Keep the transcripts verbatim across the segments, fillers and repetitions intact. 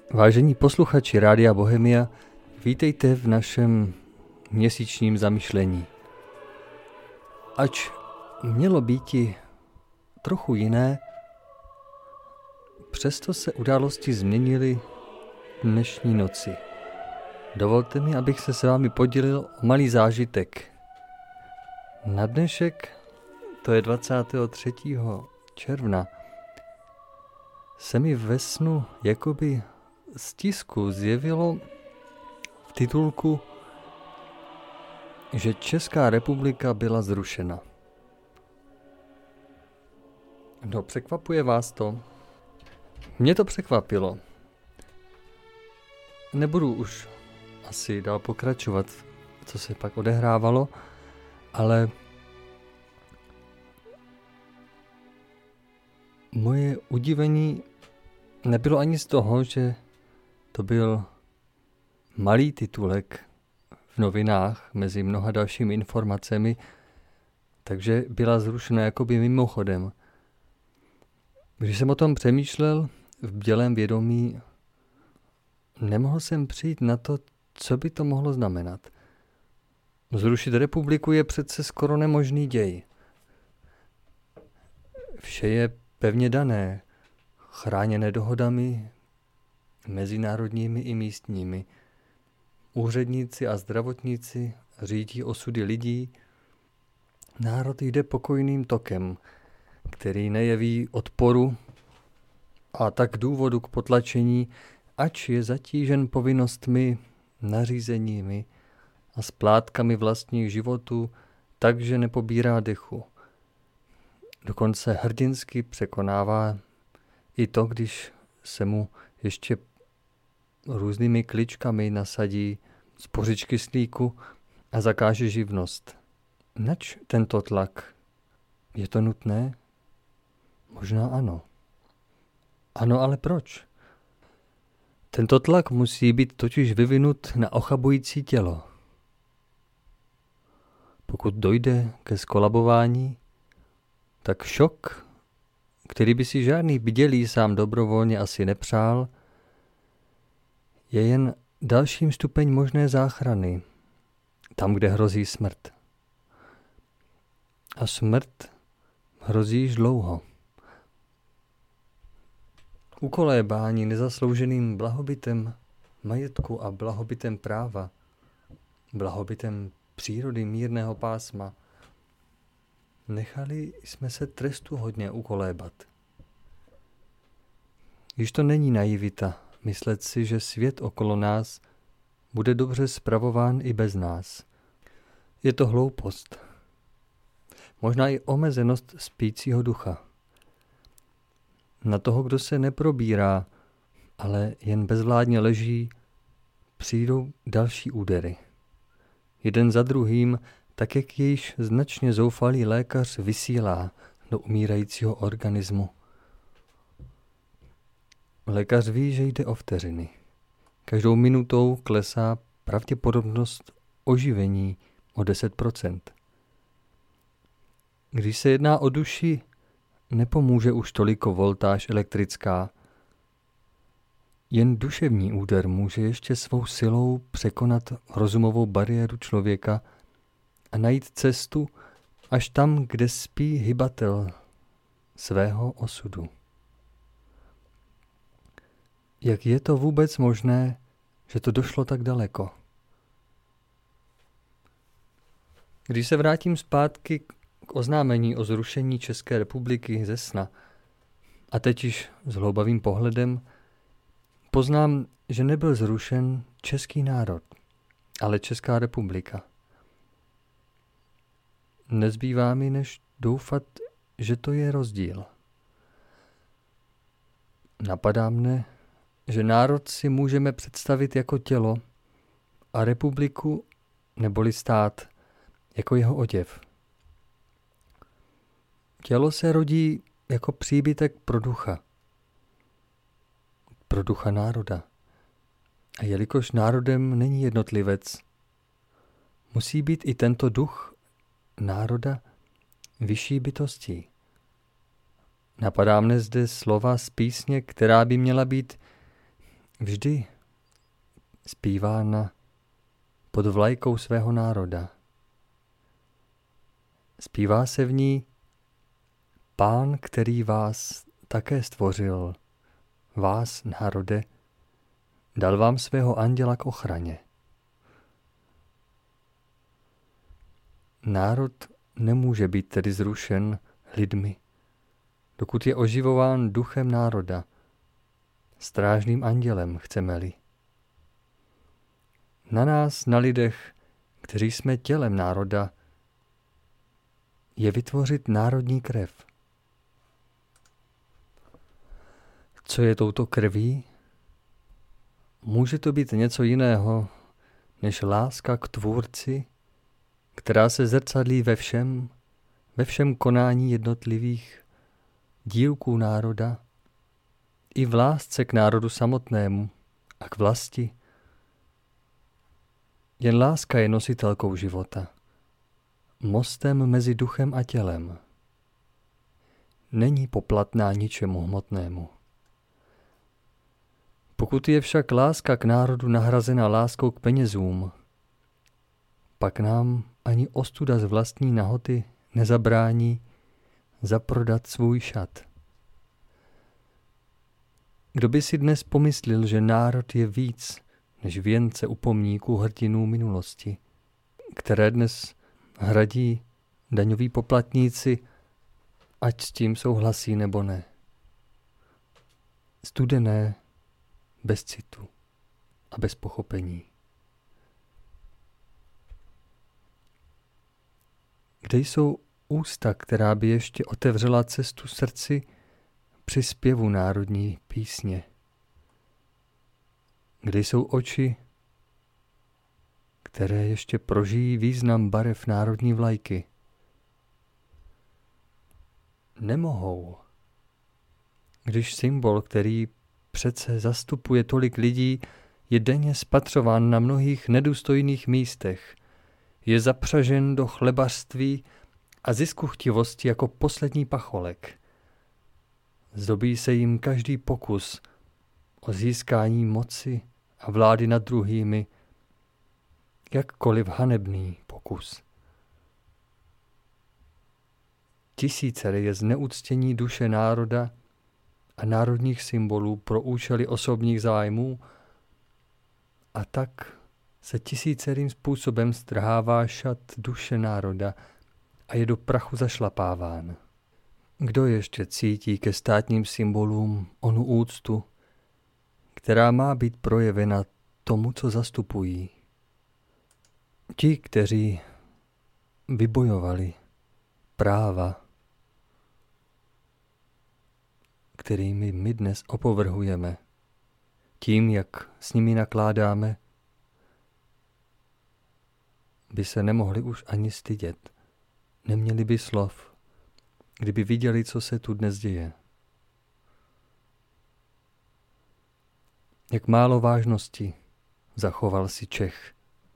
Vážení posluchači Rádia Bohemia, vítejte v našem měsíčním zamyšlení. Ač mělo býti trochu jiné, přesto se události změnily dnešní noci. Dovolte mi, abych se s vámi podělil o malý zážitek. Na dnešek, to je dvacátého třetího června, se mi ve snu jakoby z tisku zjevilo v titulku, že Česká republika byla zrušena. No, překvapuje vás to? Mě to překvapilo. Nebudu už asi dál pokračovat, co se pak odehrávalo, ale moje udivení nebylo ani z toho, že to byl malý titulek v novinách mezi mnoha dalšími informacemi, takže byla zrušena jakoby mimochodem. Když jsem o tom přemýšlel v bdělém vědomí, nemohl jsem přijít na to, co by to mohlo znamenat. Zrušit republiku je přece skoro nemožný děj. Vše je pevně dané, chráněné dohodami mezinárodními i místními. Úředníci a zdravotníci řídí osudy lidí. Národ jde pokojným tokem, který nejeví odporu a tak důvodu k potlačení, ač je zatížen povinnostmi, nařízeními a splátkami vlastních životů, takže nepobírá dechu. Dokonce hrdinsky překonává i to, když se mu ještě různými kličkami nasadí spořič kyslíku a zakáže živnost. Nač tento tlak? Je to nutné? Možná ano. Ano, ale proč? Tento tlak musí být totiž vyvinut na ochabující tělo. Pokud dojde ke skolabování, tak šok, který by si žádný bdělý sám dobrovolně asi nepřál, je jen dalším stupeň možné záchrany, tam, kde hrozí smrt. A smrt hrozí již dlouho. Ukolébání nezaslouženým blahobytem majetku a blahobytem práva, blahobytem přírody mírného pásma, nechali jsme se trestu hodně ukolébat. Již to není naivita myslet si, že svět okolo nás bude dobře spravován i bez nás. Je to hloupost. Možná i omezenost spícího ducha. Na toho, kdo se neprobírá, ale jen bezvládně leží, přijdou další údery. Jeden za druhým, tak jak již značně zoufalý lékař vysílá do umírajícího organismu. Lékař ví, že jde o vteřiny. Každou minutou klesá pravděpodobnost oživení o deset procent. Když se jedná o duši, nepomůže už toliko voltáž elektrická. Jen duševní úder může ještě svou silou překonat rozumovou bariéru člověka a najít cestu až tam, kde spí hybatel svého osudu. Jak je to vůbec možné, že to došlo tak daleko? Když se vrátím zpátky k oznámení o zrušení České republiky ze sna, a teď již s hloubavým pohledem, poznám, že nebyl zrušen český národ, ale Česká republika. Nezbývá mi, než doufat, že to je rozdíl. Napadá mne, že národ si můžeme představit jako tělo a republiku neboli stát jako jeho oděv. Tělo se rodí jako příbytek pro ducha. Pro ducha národa. A jelikož národem není jednotlivec, musí být i tento duch národa vyšší bytostí. Napadá mne zde slova z písně, která by měla být vždy zpívána pod vlajkou svého národa. Zpívá se v ní: Pán, který vás také stvořil, vás, národe, dal vám svého anděla k ochraně. Národ nemůže být tedy zrušen lidmi, dokud je oživován duchem národa, strážným andělem, chceme-li. Na nás, na lidech, kteří jsme tělem národa, je vytvořit národní krev. Co je touto krví? Může to být něco jiného než láska k Tvůrci, která se zrcadlí ve všem, ve všem konání jednotlivých dílků národa, i v lásce k národu samotnému a k vlasti. Jen láska je nositelkou života, mostem mezi duchem a tělem. Není poplatná ničemu hmotnému. Pokud je však láska k národu nahrazena láskou k penězům, pak nám ani ostuda z vlastní nahoty nezabrání zaprodat svůj šat. Kdo by si dnes pomyslel, že národ je víc než věnce upomníků hrdinů minulosti, které dnes hradí daňoví poplatníci, ať s tím souhlasí nebo ne. Studené, bez citu a bez pochopení. Kde jsou ústa, která by ještě otevřela cestu srdci při zpěvu národní písně? Kde jsou oči, které ještě prožijí význam barev národní vlajky? Nemohou, když symbol, který přece zastupuje tolik lidí, je denně spatřován na mnohých nedůstojných místech, je zapřažen do chlebařství a ziskuchtivosti jako poslední pacholek. Zdobí se jim každý pokus o získání moci a vlády nad druhými, jakkoliv hanebný pokus. Tisíce je zneuctění duše národa a národních symbolů pro účely osobních zájmů, a tak se tisícerým způsobem strhává šat duše národa a je do prachu zašlapáván. Kdo ještě cítí ke státním symbolům onu úctu, která má být projevena tomu, co zastupují? Ti, kteří vybojovali práva, kterými my dnes opovrhujeme, tím, jak s nimi nakládáme, by se nemohli už ani stydět. Neměli by slov, kdyby viděli, co se tu dnes děje. Jak málo vážnosti zachoval si Čech.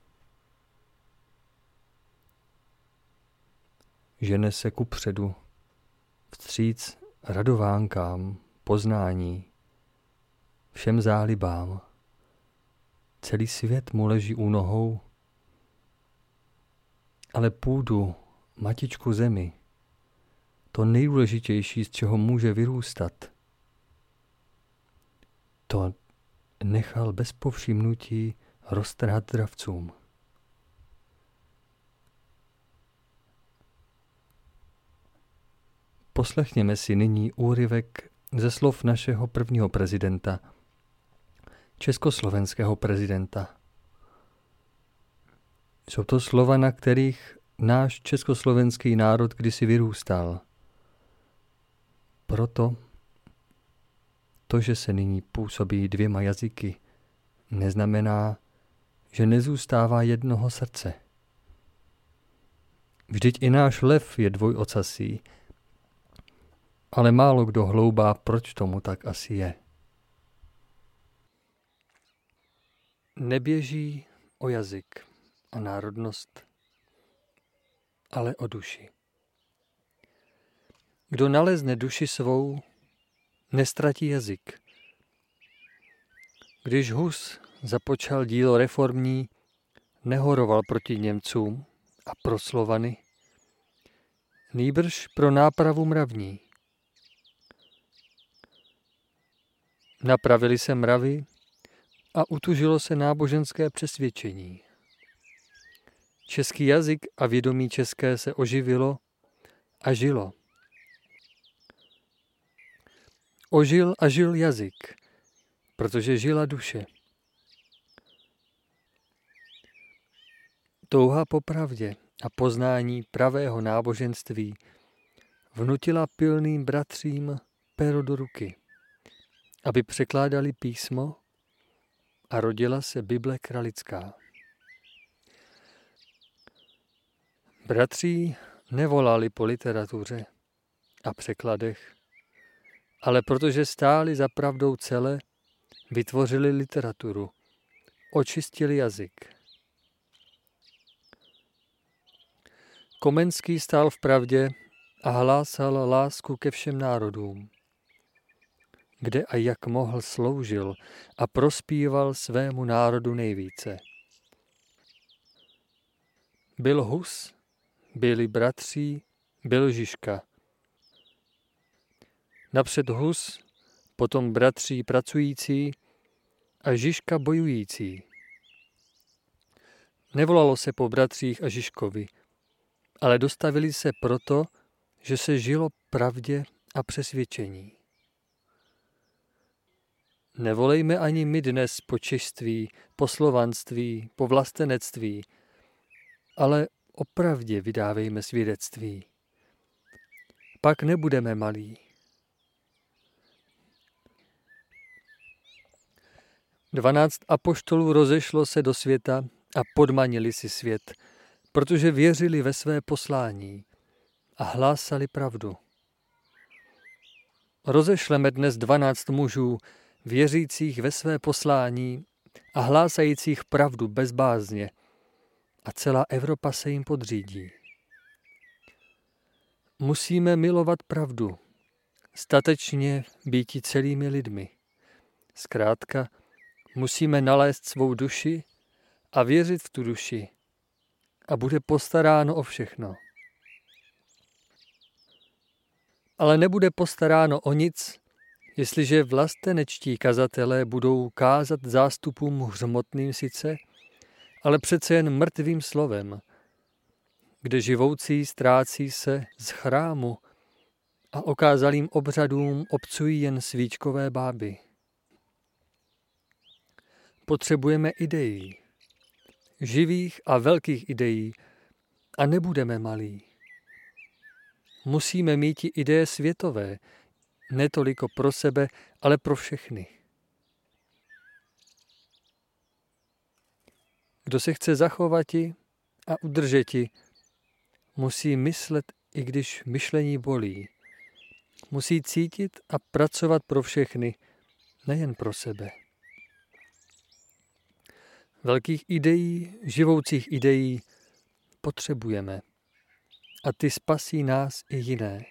Žene se kupředu, vstříc radovánkám, poznání, všem zálibám. Celý svět mu leží u nohou, ale půdu, matičku zemi, to nejdůležitější, z čeho může vyrůstat, to nechal bez povšimnutí roztrhat dravcům. Poslechněme si nyní úryvek ze slov našeho prvního prezidenta, československého prezidenta. Jsou to slova, na kterých náš československý národ kdysi vyrůstal. Proto to, že se nyní působí dvěma jazyky, neznamená, že nezůstává jednoho srdce. Vždyť i náš lev je dvojocasý, ale málo kdo hloubá, proč tomu tak asi je. Neběží o jazyk a národnost, ale o duši. Kdo nalezne duši svou, nestratí jazyk. Když Hus započal dílo reformní, nehoroval proti Němcům a pro Slovany, nýbrž pro nápravu mravní. Napravili se mravy a utužilo se náboženské přesvědčení. Český jazyk a vědomí české se oživilo a žilo. Ožil a žil jazyk, protože žila duše. Touha po pravdě a poznání pravého náboženství vnutila pilným bratřím pero do ruky, aby překládali písmo, a rodila se Bible kralická. Bratří nevolali po literatuře a překladech, ale protože stáli za pravdou celé, vytvořili literaturu, očistili jazyk. Komenský stál v pravdě a hlásal lásku ke všem národům. Kde a jak mohl, sloužil a prospíval svému národu nejvíce. Byl Hus, byli bratří, byl Žižka. Napřed Hus, potom bratří pracující a Žižka bojující. Nevolalo se po bratřích a Žižkovi, ale dostavili se proto, že se žilo pravdě a přesvědčení. Nevolejme ani my dnes po češství, po slovanství, po vlastenectví, ale opravdě vydávejme svědectví. Pak nebudeme malí. Dvanáct apoštolů rozešlo se do světa a podmanili si svět, protože věřili ve své poslání a hlásali pravdu. Rozešleme dnes dvanáct mužů, věřících ve své poslání a hlásajících pravdu bez bázně, a celá Evropa se jim podřídí. Musíme milovat pravdu, statečně býti celými lidmi. Zkrátka, musíme nalézt svou duši a věřit v tu duši, a bude postaráno o všechno. Ale nebude postaráno o nic, jestliže vlastenečtí kazatelé budou kázat zástupům hřmotným sice, ale přece jen mrtvým slovem, kde živoucí ztrácí se z chrámu a okázalým obřadům obcují jen svíčkové báby. Potřebujeme ideí, živých a velkých ideí, a nebudeme malí. Musíme mít ideje světové, ne toliko pro sebe, ale pro všechny. Kdo se chce zachovati a udržeti, musí myslet, i když myšlení bolí. Musí cítit a pracovat pro všechny, nejen pro sebe. Velkých ideí, živoucích ideí potřebujeme, a ty spasí nás i jiné.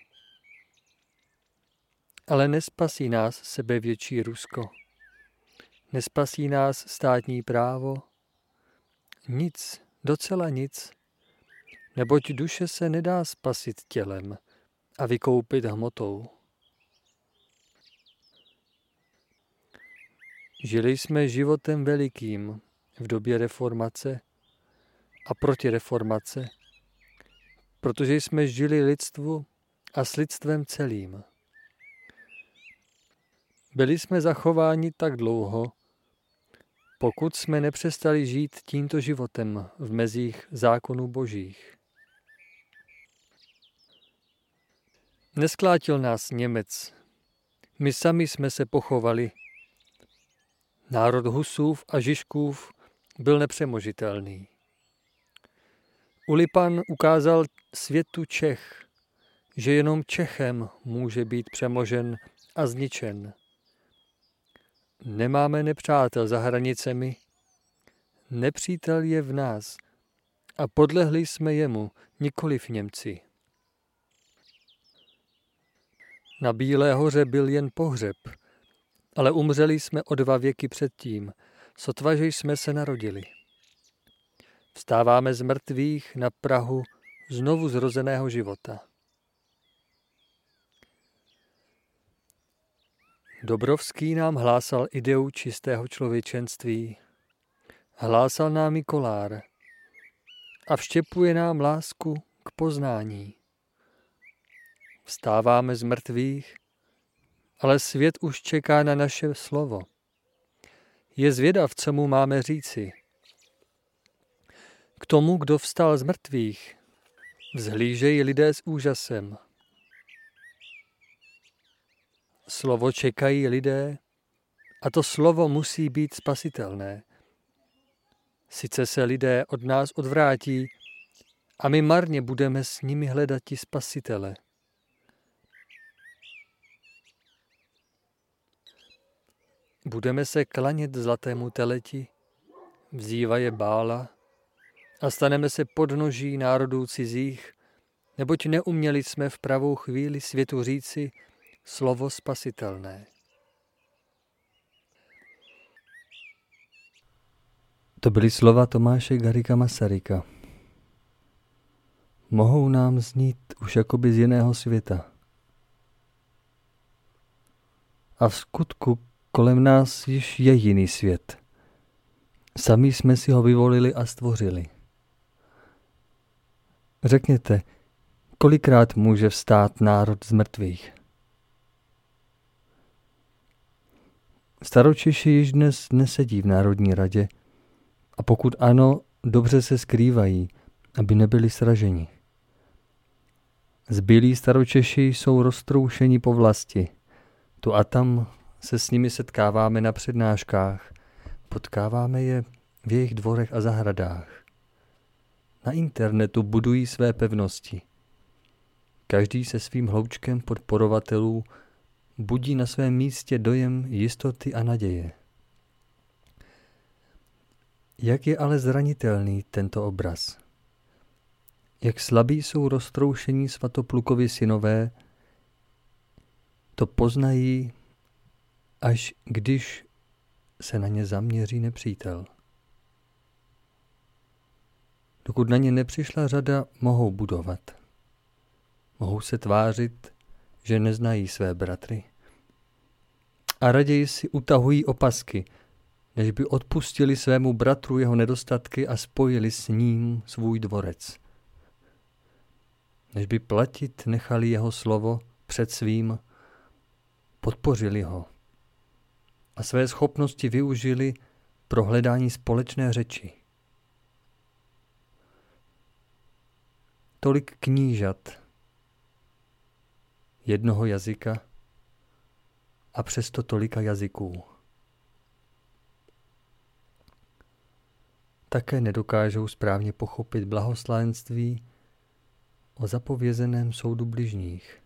Ale nespasí nás sebevětší Rusko. Nespasí nás státní právo. Nic, docela nic, neboť duše se nedá spasit tělem a vykoupit hmotou. Žili jsme životem velikým v době reformace a proti reformace, protože jsme žili lidstvu a s lidstvem celým. Byli jsme zachováni tak dlouho, pokud jsme nepřestali žít tímto životem v mezích zákonů božích. Nesklátil nás Němec, my sami jsme se pochovali. Národ Husův a Žižkův byl nepřemožitelný. Ulipan ukázal světu Čech, že jenom Čechem může být přemožen a zničen. Nemáme nepřátel za hranicemi, nepřítel je v nás a podlehli jsme jemu, nikoliv Němci. Na Bílé hoře byl jen pohřeb, ale umřeli jsme o dva věky předtím, sotva, že jsme se narodili. Vstáváme z mrtvých na prahu znovu zrozeného života. Dobrovský nám hlásal ideu čistého člověčenství. Hlásal nám i Kollár a vštěpuje nám lásku k poznání. Vstáváme z mrtvých, ale svět už čeká na naše slovo. Je zvědav, co mu máme říci. K tomu, kdo vstal z mrtvých, vzhlížejí lidé s úžasem. Slovo čekají lidé a to slovo musí být spasitelné. Sice se lidé od nás odvrátí a my marně budeme s nimi hledat i spasitele. Budeme se klanět zlatému teleti, vzývaje Bála, a staneme se podnoží národů cizích, neboť neuměli jsme v pravou chvíli světu říci slovo spasitelné. To byly slova Tomáše Garrigua Masaryka. Mohou nám znít už jakoby z jiného světa. A v skutku kolem nás již je jiný svět. Sami jsme si ho vyvolili a stvořili. Řekněte, kolikrát může vstát národ z mrtvých? Staročeši již dnes nesedí v Národní radě a pokud ano, dobře se skrývají, aby nebyli sraženi. Zbylí staročeši jsou roztroušeni po vlasti. Tu a tam se s nimi setkáváme na přednáškách, potkáváme je v jejich dvorech a zahradách. Na internetu budují své pevnosti. Každý se svým hloučkem podporovatelů budí na svém místě dojem jistoty a naděje. Jak je ale zranitelný tento obraz? Jak slabí jsou roztroušení Svatoplukovi synové, to poznají, až když se na ně zaměří nepřítel. Dokud na ně nepřišla řada, mohou budovat. Mohou se tvářit, že neznají své bratry. A raději si utahují opasky, než by odpustili svému bratru jeho nedostatky a spojili s ním svůj dvorec. Než by platit nechali jeho slovo před svým, podpořili ho a své schopnosti využili pro hledání společné řeči. Tolik knížat jednoho jazyka a přesto tolika jazyků. Také nedokážou správně pochopit blahoslavenství o zapovězeném soudu bližních.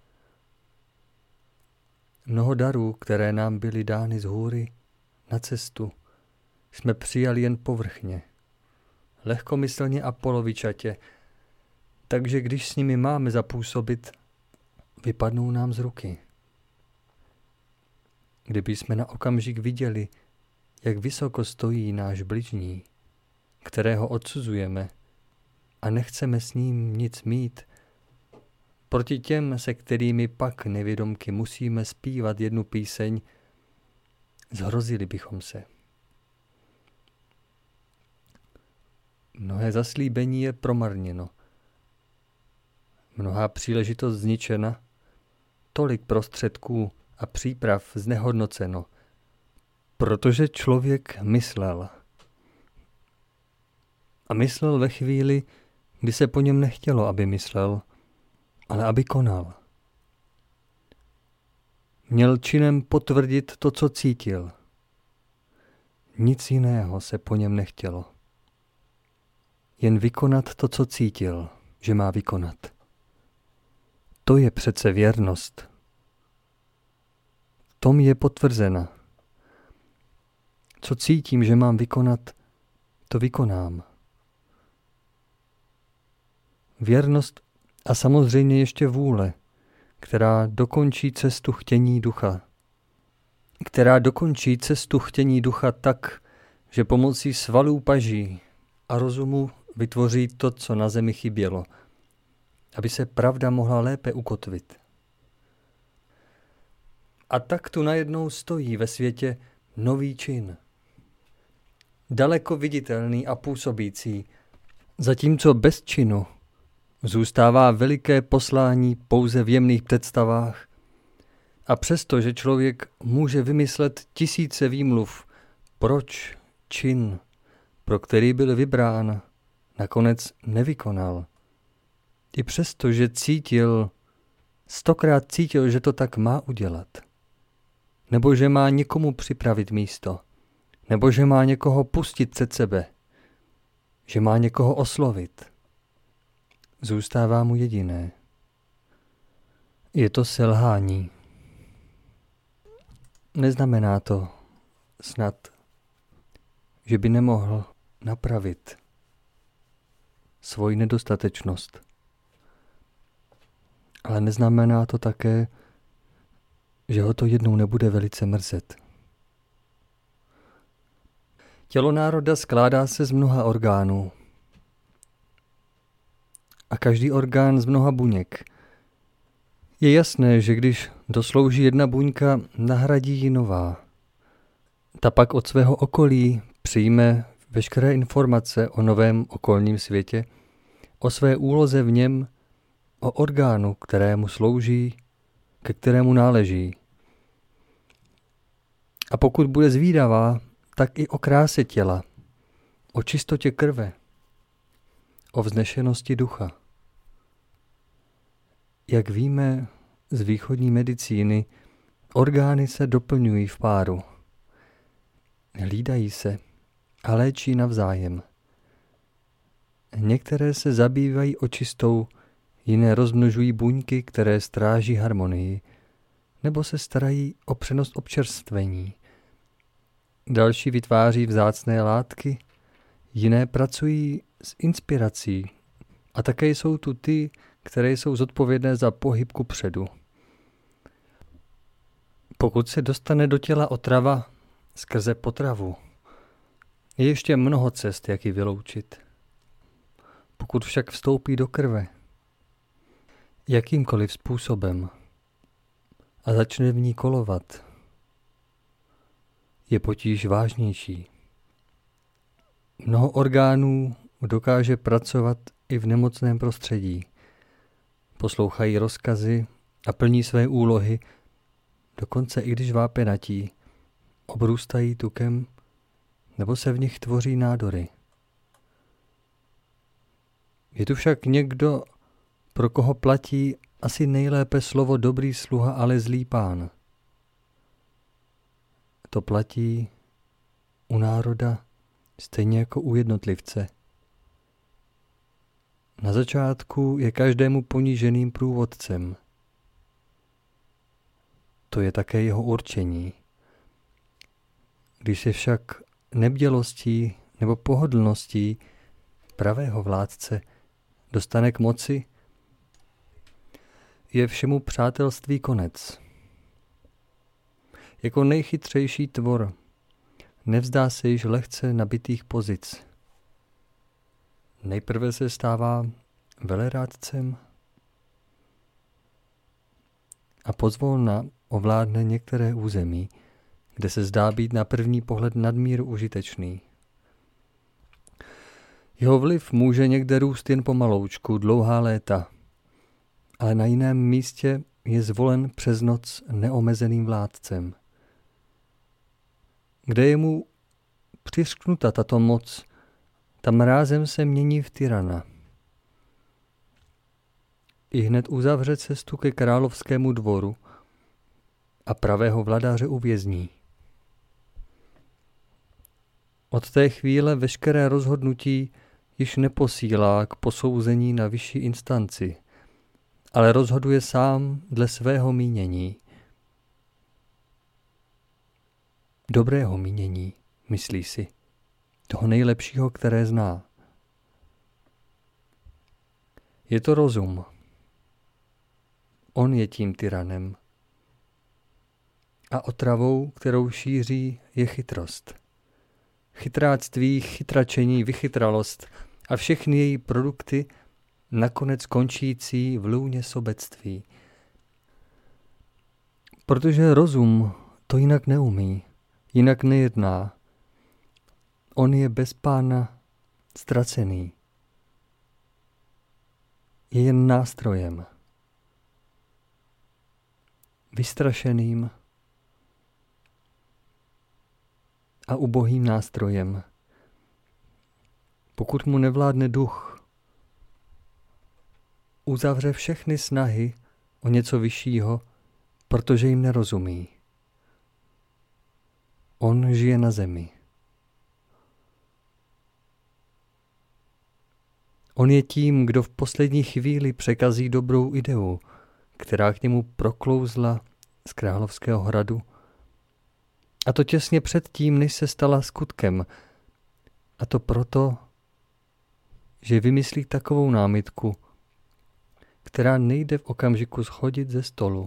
Mnoho darů, které nám byly dány z hůry na cestu, jsme přijali jen povrchně, lehkomyslně a polovičatě, takže když s nimi máme zapůsobit, vypadnou nám z ruky. Kdyby jsme na okamžik viděli, jak vysoko stojí náš bližní, kterého odsuzujeme a nechceme s ním nic mít, proti těm, se kterými pak nevědomky musíme zpívat jednu píseň, zhrozili bychom se. Mnohé zaslíbení je promarněno, mnohá příležitost zničena, tolik prostředků a příprav znehodnoceno, protože člověk myslel. A myslel ve chvíli, kdy se po něm nechtělo, aby myslel, ale aby konal. Měl činem potvrdit to, co cítil. Nic jiného se po něm nechtělo. Jen vykonat to, co cítil, že má vykonat. To je přece věrnost. Tom je potvrzena. Co cítím, že mám vykonat, to vykonám. Věrnost a samozřejmě ještě vůle, která dokončí cestu chtění ducha. která dokončí cestu chtění ducha tak, že pomocí svalů paží a rozumu vytvoří to, co na zemi chybělo, aby se pravda mohla lépe ukotvit. A tak tu najednou stojí ve světě nový čin. Daleko viditelný a působící, zatímco bez činu zůstává veliké poslání pouze v jemných představách. A přesto, že člověk může vymyslet tisíce výmluv, proč čin, pro který byl vybrán, nakonec nevykonal. I přesto, že cítil, stokrát cítil, že to tak má udělat. Nebo že má někomu připravit místo. Nebo že má někoho pustit před sebe. Že má někoho oslovit. Zůstává mu jediné. Je to selhání. Neznamená to snad, že by nemohl napravit svoji nedostatečnost. Ale neznamená to také, že ho to jednou nebude velice mrzet. Tělo národa skládá se z mnoha orgánů. A každý orgán z mnoha buněk. Je jasné, že když doslouží jedna buňka, nahradí ji nová. Ta pak od svého okolí přijme veškeré informace o novém okolním světě, o své úloze v něm, o orgánu, kterému slouží, ke kterému náleží. A pokud bude zvídavá, tak i o kráse těla, o čistotě krve, o vznešenosti ducha. Jak víme z východní medicíny, orgány se doplňují v páru. Hlídají se a léčí navzájem. Některé se zabývají očistou, jiné rozmnožují buňky, které stráží harmonii, nebo se starají o přenos občerstvení. Další vytváří vzácné látky, jiné pracují s inspirací a také jsou tu ty, které jsou zodpovědné za pohyb kupředu. Pokud se dostane do těla otrava skrze potravu, je ještě mnoho cest, jak ji vyloučit. Pokud však vstoupí do krve, jakýmkoliv způsobem a začne v ní kolovat, je potíž vážnější. Mnoho orgánů dokáže pracovat i v nemocném prostředí. Poslouchají rozkazy a plní své úlohy, dokonce i když vápenatí, obrůstají tukem nebo se v nich tvoří nádory. Je tu však někdo, pro koho platí asi nejlépe slovo dobrý sluha, ale zlý pán. To platí u národa stejně jako u jednotlivce. Na začátku je každému poníženým průvodcem. To je také jeho určení. Když se však nebdělostí nebo pohodlností pravého vládce dostane k moci, je všemu přátelství konec. Jako nejchytřejší tvor nevzdá se již lehce nabitých pozic. Nejprve se stává velerádcem a pozvolna ovládne některé území, kde se zdá být na první pohled nadmíru užitečný. Jeho vliv může někde růst jen pomaloučku, dlouhá léta, ale na jiném místě je zvolen přes noc neomezeným vládcem. Kde je mu přiřknuta tato moc, tam rázem se mění v tyrana. I hned uzavře cestu ke královskému dvoru a pravého vladaře uvězní. Od té chvíle veškeré rozhodnutí již neposílá k posouzení na vyšší instanci, ale rozhoduje sám dle svého mínění. Dobrého mínění, myslí si, toho nejlepšího, které zná. Je to rozum. On je tím tyranem. a otravou, kterou šíří, je chytrost. Chytráctví, chytračení, vychytralost a všechny její produkty nakonec končící v lůně sobectví. Protože rozum to jinak neumí, jinak nejedná. On je bez pána ztracený. Je jen nástrojem. Vystrašeným a ubohým nástrojem. Pokud mu nevládne duch, uzavře všechny snahy o něco vyššího, protože jim nerozumí. On žije na zemi. On je tím, kdo v poslední chvíli překazí dobrou ideu, která k němu proklouzla z Královského hradu. A to těsně před tím, než se stala skutkem. A to proto, že vymyslí takovou námitku, která nejde v okamžiku schodit ze stolu.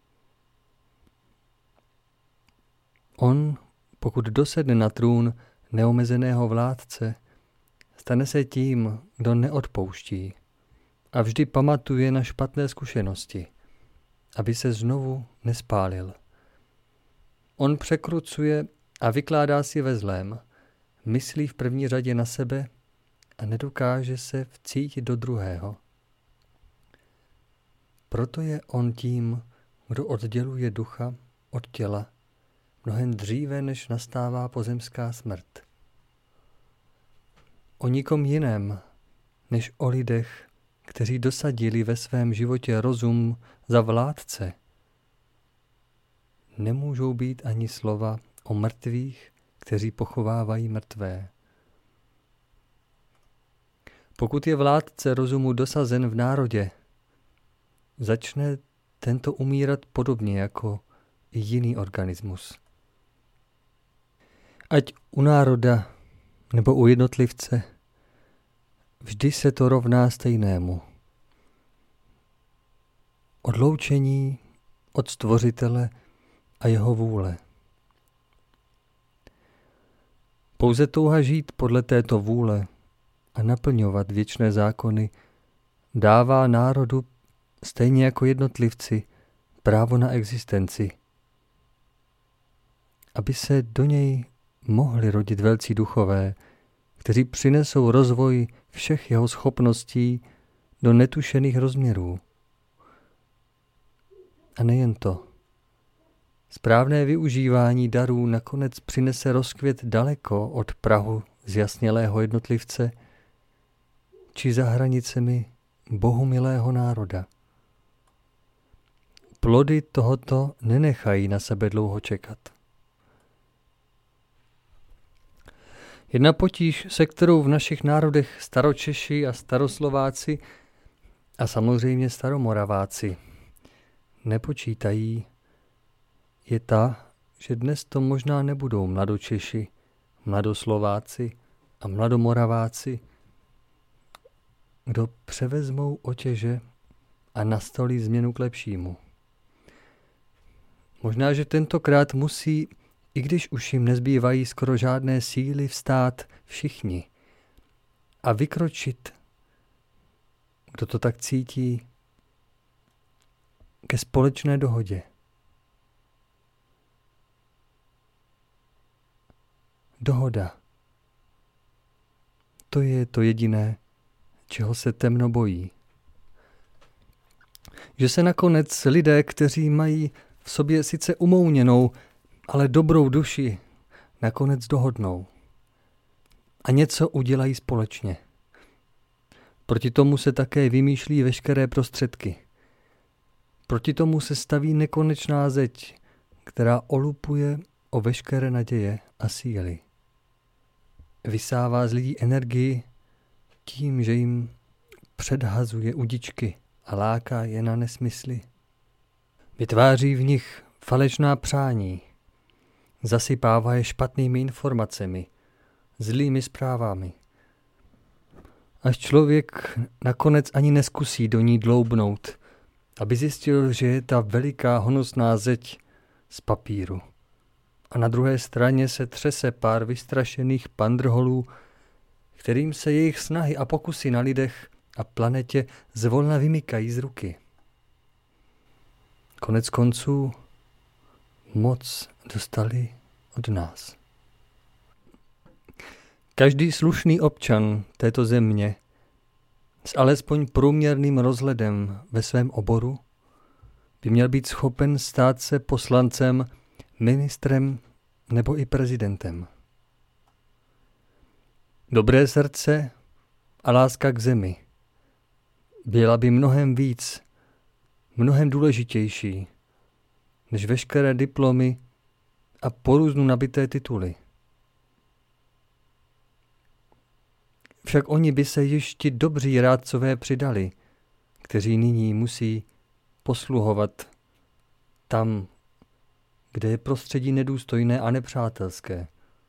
On, pokud dosedne na trůn neomezeného vládce, stane se tím, kdo neodpouští a vždy pamatuje na špatné zkušenosti, aby se znovu nespálil. On překrucuje a vykládá si ve zlém, myslí v první řadě na sebe a nedokáže se vcítit do druhého. Proto je on tím, kdo odděluje ducha od těla, mnohem dříve, než nastává pozemská smrt. O nikom jiném, než o lidech, kteří dosadili ve svém životě rozum za vládce, nemůžou být ani slova o mrtvých, kteří pochovávají mrtvé. Pokud je vládce rozumu dosazen v národě, začne tento umírat podobně jako i jiný organismus. Ať u národa nebo u jednotlivce, vždy se to rovná stejnému. Odloučení od Stvořitele a jeho vůle. Pouze touha žít podle této vůle a naplňovat věčné zákony dává národu stejně jako jednotlivci právo na existenci, aby se do něj mohli rodit velcí duchové, kteří přinesou rozvoj všech jeho schopností do netušených rozměrů. A nejen to. Správné využívání darů nakonec přinese rozkvět daleko od prahu zjasnělého jednotlivce či za hranicemi bohumilého národa. Plody tohoto nenechají na sebe dlouho čekat. Jedna potíž, se kterou v našich národech staročeši a staroslováci a samozřejmě staromoraváci nepočítají, je ta, že dnes to možná nebudou mladočeši, mladoslováci a mladomoraváci, kdo převezmou otěže a nastolí změnu k lepšímu. Možná, že tentokrát musí, i když už jim nezbývají skoro žádné síly, vstát všichni a vykročit, kdo to tak cítí, ke společné dohodě. Dohoda. To je to jediné, čeho se temno bojí. Že se nakonec lidé, kteří mají v sobě sice umouněnou, ale dobrou duši, nakonec dohodnou a něco udělají společně. Proti tomu se také vymýšlí veškeré prostředky. Proti tomu se staví nekonečná zeď, která olupuje o veškeré naděje a síly. Vysává z lidí energii tím, že jim předhazuje udičky a láká je na nesmysly. Vytváří v nich falešná přání, zasypává je špatnými informacemi, zlými zprávami. Až člověk nakonec ani neskusí do ní dloubnout, aby zjistil, že je ta veliká honosná zeď z papíru. A na druhé straně se třese pár vystrašených pandrholů, kterým se jejich snahy a pokusy na lidech a planetě zvolna vymykají z ruky. Konec konců moc dostali od nás. Každý slušný občan této země s alespoň průměrným rozhledem ve svém oboru by měl být schopen stát se poslancem, ministrem nebo i prezidentem. Dobré srdce a láska k zemi byla by mnohem víc, mnohem důležitější než veškeré diplomy a porůznu nabité tituly. Však oni by se již ti dobří rádcové přidali, kteří nyní musí posluhovat tam, kde je prostředí nedůstojné a nepřátelské.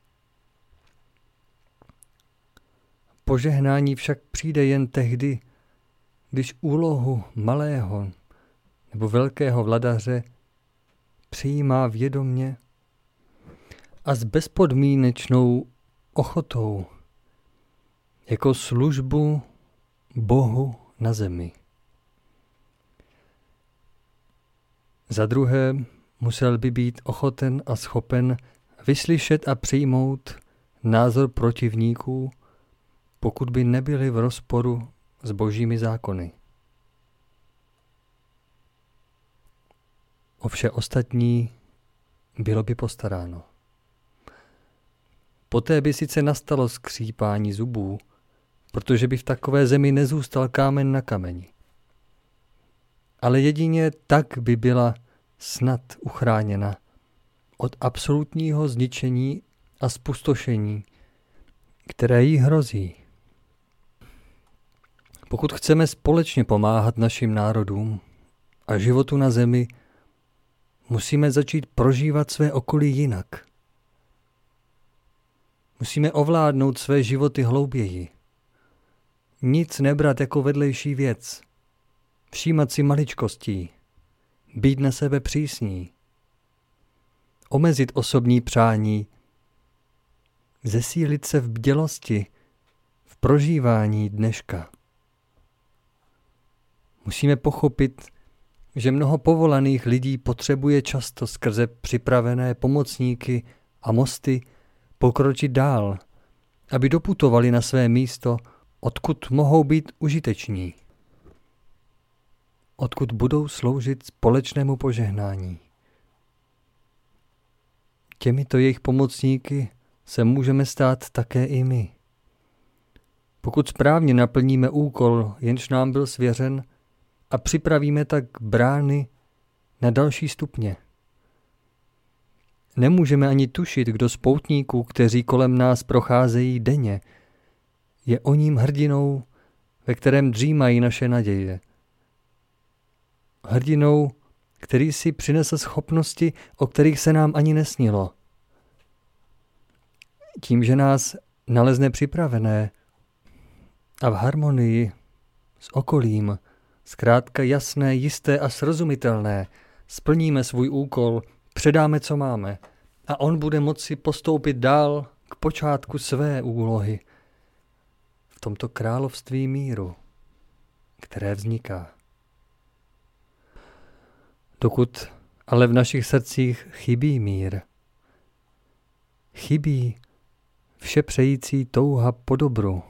Požehnání však přijde jen tehdy, když úlohu malého nebo velkého vladaře přijímá vědomě a s bezpodmínečnou ochotou jako službu Bohu na zemi. Za druhé, musel by být ochoten a schopen vyslyšet a přijmout názor protivníků, pokud by nebyli v rozporu s božími zákony. O vše ostatní bylo by postaráno. Poté by sice nastalo skřípání zubů, protože by v takové zemi nezůstal kámen na kameni. Ale jedině tak by byla snad uchráněna od absolutního zničení a zpustošení, které jí hrozí. Pokud chceme společně pomáhat našim národům a životu na zemi, musíme začít prožívat své okolí jinak. Musíme ovládnout své životy hlouběji. Nic nebrat jako vedlejší věc. Všímat si maličkostí. Být na sebe přísní. Omezit osobní přání. Zesílit se v bdělosti, v prožívání dneška. Musíme pochopit, že mnoho povolaných lidí potřebuje často skrze připravené pomocníky a mosty pokročit dál, aby doputovali na své místo, odkud mohou být užiteční, odkud budou sloužit společnému požehnání. Těmito jejich pomocníky se můžeme stát také i my. Pokud správně naplníme úkol, jenž nám byl svěřen, a připravíme tak brány na další stupně. Nemůžeme ani tušit, kdo z poutníků, kteří kolem nás procházejí denně, je o ním hrdinou, ve kterém dřímají naše naděje. Hrdinou, který si přinesl schopnosti, o kterých se nám ani nesnilo. Tím, že nás nalezne připravené a v harmonii s okolím, zkrátka jasné, jisté a srozumitelné, splníme svůj úkol, předáme, co máme, a on bude moci postoupit dál k počátku své úlohy v tomto království míru, které vzniká. Dokud ale v našich srdcích chybí mír, chybí všepřející touha po dobru,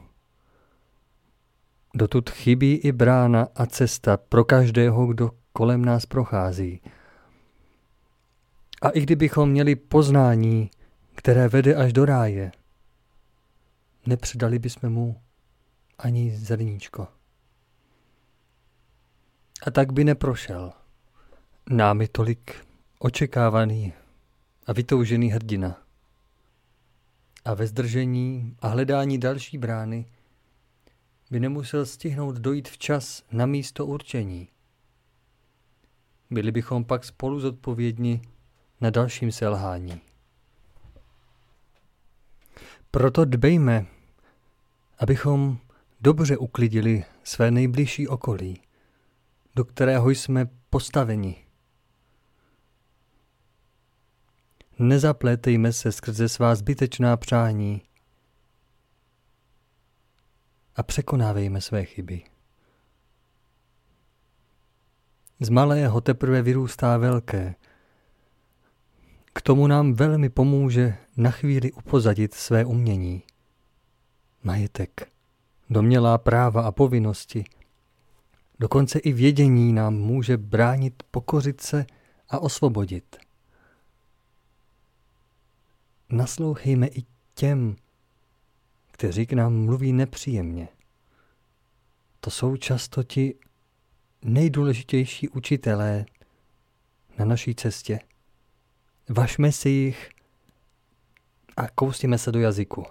dotud chybí i brána a cesta pro každého, kdo kolem nás prochází. A i kdybychom měli poznání, které vede až do ráje, nepředali bychom mu ani zrníčko. A tak by neprošel námi tolik očekávaný a vytoužený hrdina. A ve zdržení a hledání další brány by nemusel stihnout dojít včas na místo určení. Byli bychom pak spolu zodpovědni na dalším selhání. Proto dbejme, abychom dobře uklidili své nejbližší okolí, do kterého jsme postaveni. nezaplétejme se skrze svá zbytečná přání a překonávejme své chyby. Z malého teprve vyrůstá velké. K tomu nám velmi pomůže na chvíli upozadit své umění, majetek, domnělá práva a povinnosti. Dokonce i vědění nám může bránit pokořit se a osvobodit. Naslouchejme i těm, kteří k nám mluví nepříjemně. To jsou často ti nejdůležitější učitelé na naší cestě. Važme si jich a kousněme se do jazyku.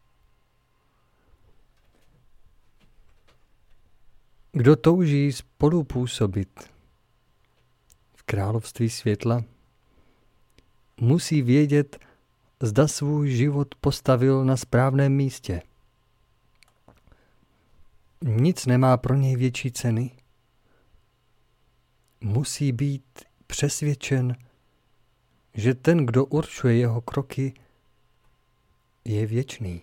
Kdo touží spolupůsobit v království světla, musí vědět, zda svůj život postavil na správném místě. Nic nemá pro něj větší ceny. Musí být přesvědčen, že ten, kdo určuje jeho kroky, je věčný.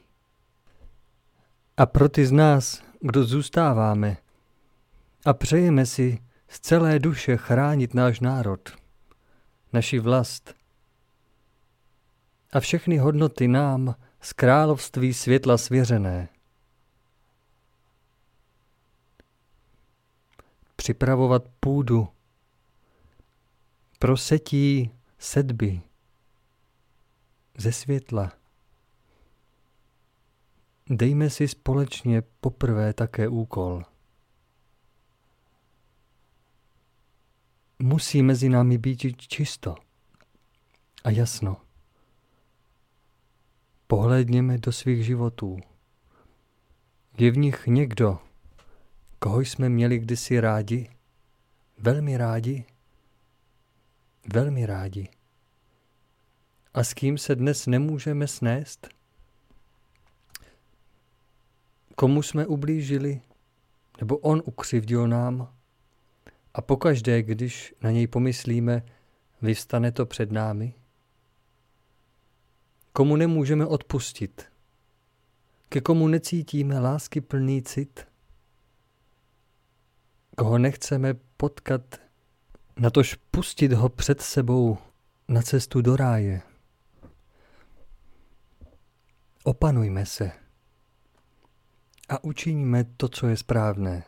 A pro ty z nás, kdo zůstáváme a přejeme si z celé duše chránit náš národ, naši vlast a všechny hodnoty nám z království světla svěřené, připravovat půdu pro setí sedby ze světla. Dejme si společně poprvé také úkol. Musí mezi námi být čisto a jasno. Pohlédněme do svých životů. Je v nich někdo, koho jsme měli kdysi rádi, velmi rádi, velmi rádi. A s kým se dnes nemůžeme snést? Komu jsme ublížili, nebo on ukřivdil nám? A pokaždé, když na něj pomyslíme, vyvstane to před námi? Komu nemůžeme odpustit? Ke komu necítíme láskyplný cit? Koho nechceme potkat, natož pustit ho před sebou na cestu do ráje? Opanujme se a učiníme to, co je správné.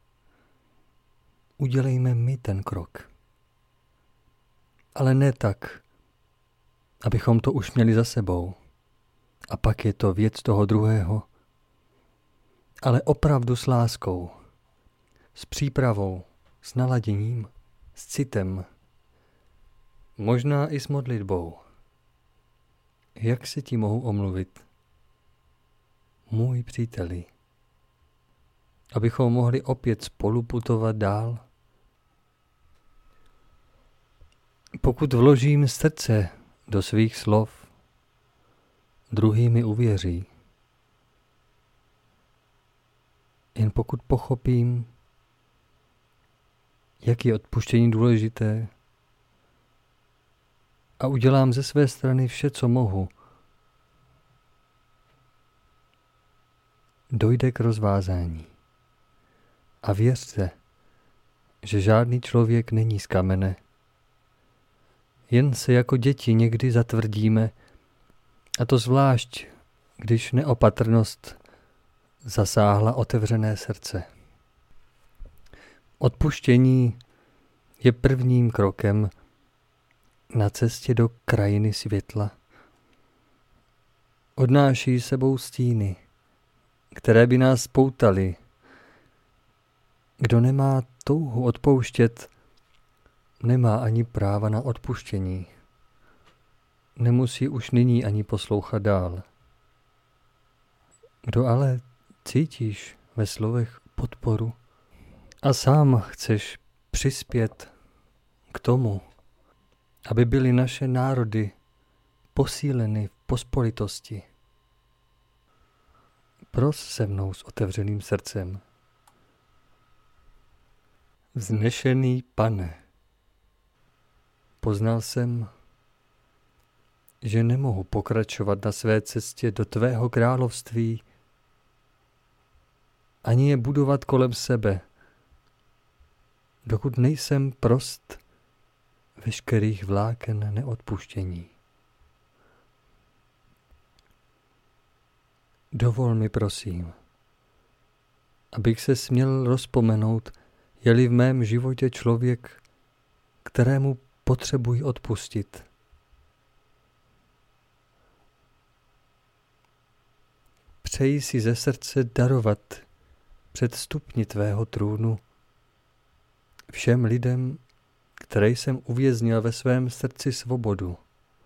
Udělejme my ten krok. Ale ne tak, abychom to už měli za sebou. A pak je to věc toho druhého. Ale opravdu s láskou, s přípravou, s naladěním, s citem. Možná i s modlitbou. Jak se ti mohu omluvit? Můj příteli. Abychom mohli opět spoluputovat dál. Pokud vložím srdce do svých slov, druhý mi uvěří. Jen pokud pochopím, jak je odpuštění důležité, a udělám ze své strany vše, co mohu, dojde k rozvázání. A věřte, že žádný člověk není z kamene. Jen se jako děti někdy zatvrdíme, a to zvlášť, když neopatrnost zasáhla otevřené srdce. Odpuštění je prvním krokem na cestě do krajiny světla. Odnáší sebou stíny, které by nás poutaly. Kdo nemá touhu odpouštět, nemá ani práva na odpuštění. Nemusí už nyní ani poslouchat dál. Kdo ale cítíš ve slovech podporu a sám chceš přispět k tomu, aby byly naše národy posíleny v pospolitosti, pros se mnou s otevřeným srdcem. Vznešený Pane, poznal jsem, že nemohu pokračovat na své cestě do tvého království, ani je budovat kolem sebe, dokud nejsem prost veškerých vláken neodpuštění. Dovol mi, prosím, abych se směl rozpomenout, je-li v mém životě člověk, kterému potřebuji odpustit. Přeji si ze srdce darovat před stupni tvého trůnu všem lidem, které jsem uvěznil ve svém srdci svobodu.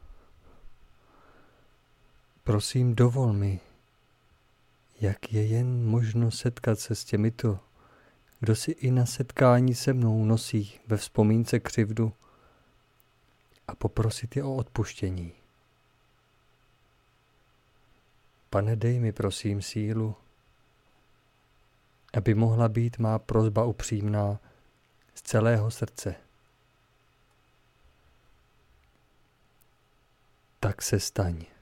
Prosím, dovol mi, jak je jen možno setkat se s těmito, kdo si i na setkání se mnou nosí ve vzpomínce křivdu, a poprosit je o odpuštění. Pane, dej mi prosím sílu, aby mohla být má prosba upřímná z celého srdce. Tak se staň.